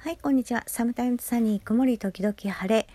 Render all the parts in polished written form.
はい、こんにちは。サムタイムズサニー、曇り時々晴れ。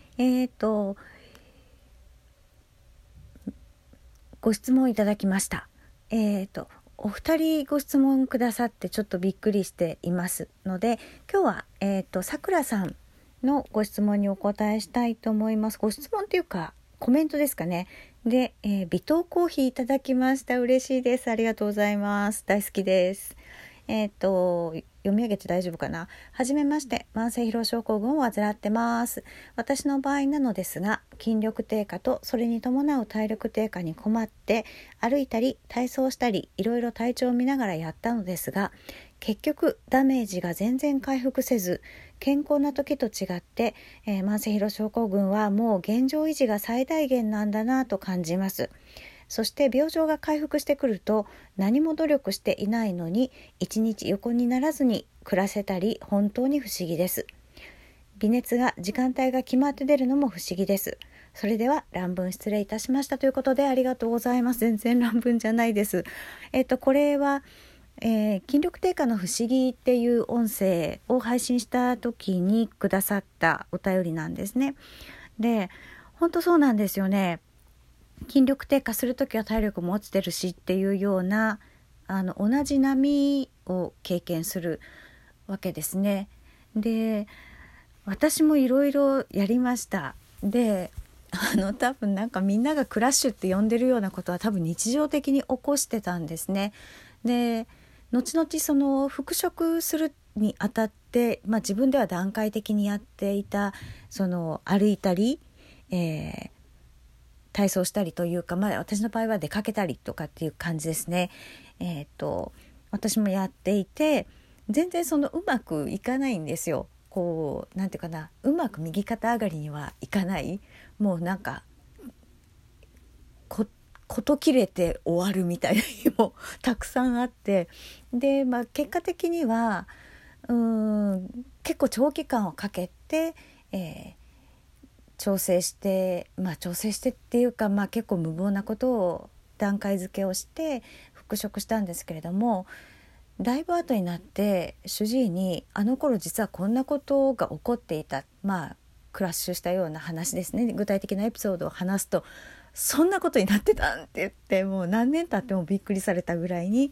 ご質問いただきました。お二人ご質問くださってちょっとびっくりしていますので、今日はさくらさんのご質問にお答えしたいと思います。ご質問というかコメントですかね。で、微糖コーヒーいただきました。嬉しいです。ありがとうございます。大好きです。読み上げて大丈夫かな。はじめまして、慢性疲労症候群を患ってます。私の場合なのですが、筋力低下とそれに伴う体力低下に困って歩いたり体操したりいろいろ体調を見ながらやったのですが、結局ダメージが全然回復せず、健康な時と違って、慢性疲労症候群はもう現状維持が最大限なんだなと感じます。そして病状が回復してくると、何も努力していないのに一日横にならずに暮らせたり、本当に不思議です。微熱が時間帯が決まって出るのも不思議です。それでは乱文失礼いたしましたということで、ありがとうございます。全然乱文じゃないです。これは、筋力低下の不思議っていう音声を配信した時にくださったお便りなんですね。で、本当そうなんですよね。筋力低下するときは体力も落ちてるしっていうような同じ波を経験するわけですね。で、私もいろいろやりました。で、多分なんかみんながクラッシュって呼んでるようなことは多分日常的に起こしてたんですね。で、後々その復職するにあたって、自分では段階的にやっていたその歩いたり、体操したりというか、私の場合は出かけたりとかっていう感じですね。私もやっていて、全然そのうまくいかないんですよ。こうなんていうかな、うまく右肩上がりにはいかない。もうなんかこと切れて終わるみたいな日もたくさんあって、で、結果的には結構長期間をかけて、調整してっていうか、結構無謀なことを段階付けをして復職したんですけれども、だいぶ後になって主治医にあの頃実はこんなことが起こっていた、クラッシュしたような話ですね、具体的なエピソードを話すと、そんなことになってたんって言って、もう何年経ってもびっくりされたぐらいに、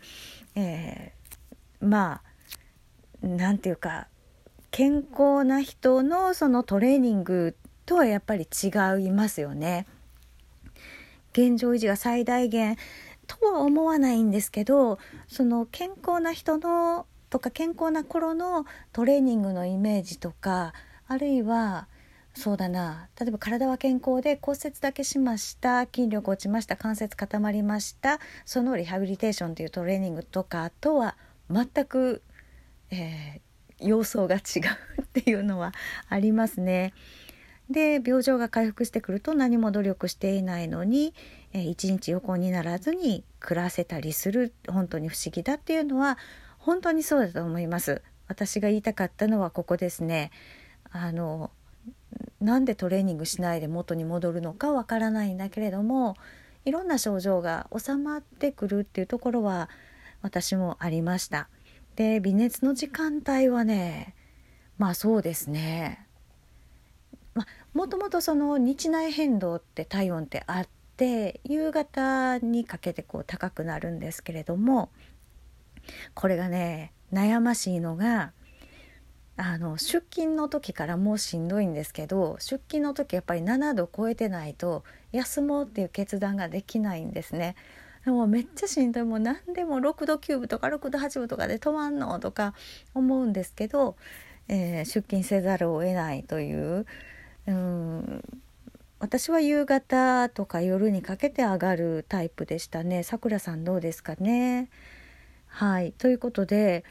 なんていうか、健康な人のそのトレーニングとはやっぱり違いますよね。現状維持が最大限とは思わないんですけど、その健康な人のとか健康な頃のトレーニングのイメージとか、あるいはそうだな、例えば体は健康で骨折だけしました、筋力落ちました、関節固まりました、そのリハビリテーションというトレーニングとかとは全く、様相が違うっていうのはありますね。で、病状が回復してくると何も努力していないのに、一日横にならずに暮らせたりする、本当に不思議だっていうのは本当にそうだと思います。私が言いたかったのはここですね。なんでトレーニングしないで元に戻るのかわからないんだけれども、いろんな症状が収まってくるっていうところは私もありました。で、微熱の時間帯はね、そうですね、もともとその日内変動って体温ってあって、夕方にかけてこう高くなるんですけれども、これがね悩ましいのが、出勤の時からもうしんどいんですけど、出勤の時やっぱり7度超えてないと休もうっていう決断ができないんですね。でもめっちゃしんどい、もう何でも6度9分とか6度8分とかで止まんのとか思うんですけど、出勤せざるを得ないという、私は夕方とか夜にかけて上がるタイプでしたね。さくらさんどうですかね。はい、ということで、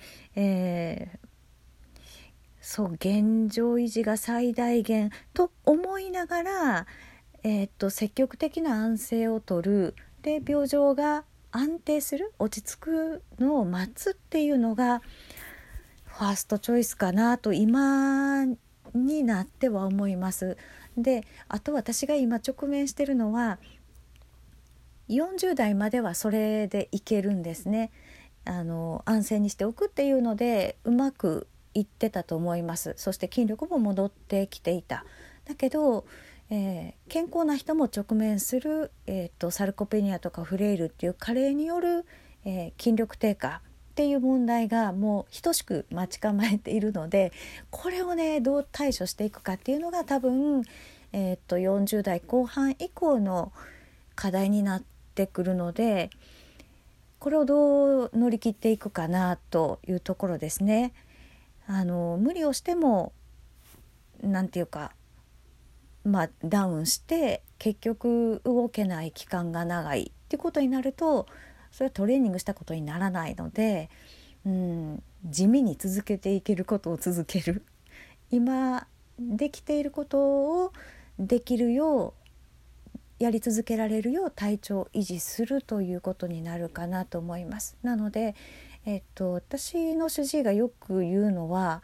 現状維持が最大限と思いながら、積極的な安静をとる、で病状が安定する、落ち着くのを待つっていうのがファーストチョイスかなと今になっては思います。で、あと私が今直面しているのは、40代まではそれでいけるんですね。安静にしておくっていうのでうまくいってたと思います。そして筋力も戻ってきていた。だけど、健康な人も直面する、サルコペニアとかフレイルっていう加齢による、筋力低下っていう問題がもう等しく待ち構えているので、これをねどう対処していくかっていうのが多分、40代後半以降の課題になってくるので、これをどう乗り切っていくかなというところですね。無理をしてもなんていうか、ダウンして結局動けない期間が長いってことになると、それはトレーニングしたことにならないので、地味に続けていけることを続ける、今できていることをできるようやり続けられるよう体調を維持するということになるかなと思います。なので、私の主治医がよく言うのは、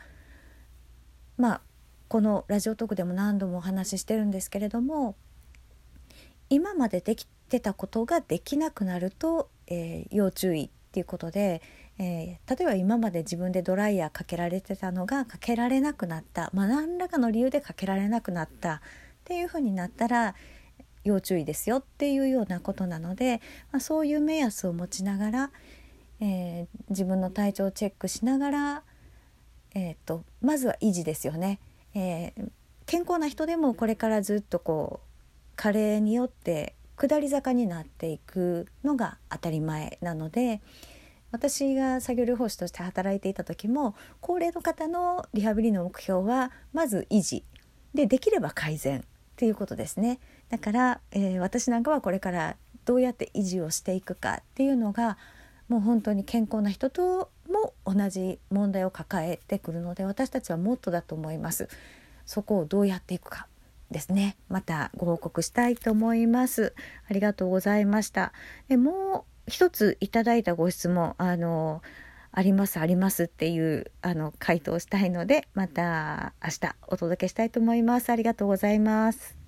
このラジオトークでも何度もお話ししてるんですけれども、今までできてたことができなくなると、要注意っていうことで、例えば今まで自分でドライヤーかけられてたのがかけられなくなった、何らかの理由でかけられなくなったっていうふうになったら要注意ですよっていうようなことなので、そういう目安を持ちながら、自分の体調をチェックしながら、まずは維持ですよね。健康な人でもこれからずっと加齢によって下り坂になっていくのが当たり前なので、私が作業療法士として働いていた時も高齢の方のリハビリの目標はまず維持で、できれば改善っていうことですね。だから、私なんかはこれからどうやって維持をしていくかっていうのがもう本当に健康な人とも同じ問題を抱えてくるので、私たちはもっとだと思います。そこをどうやっていくかですね。またご報告したいと思います。ありがとうございました。でもう一ついただいたご質問ありますっていう回答をしたいので、また明日お届けしたいと思います。ありがとうございます。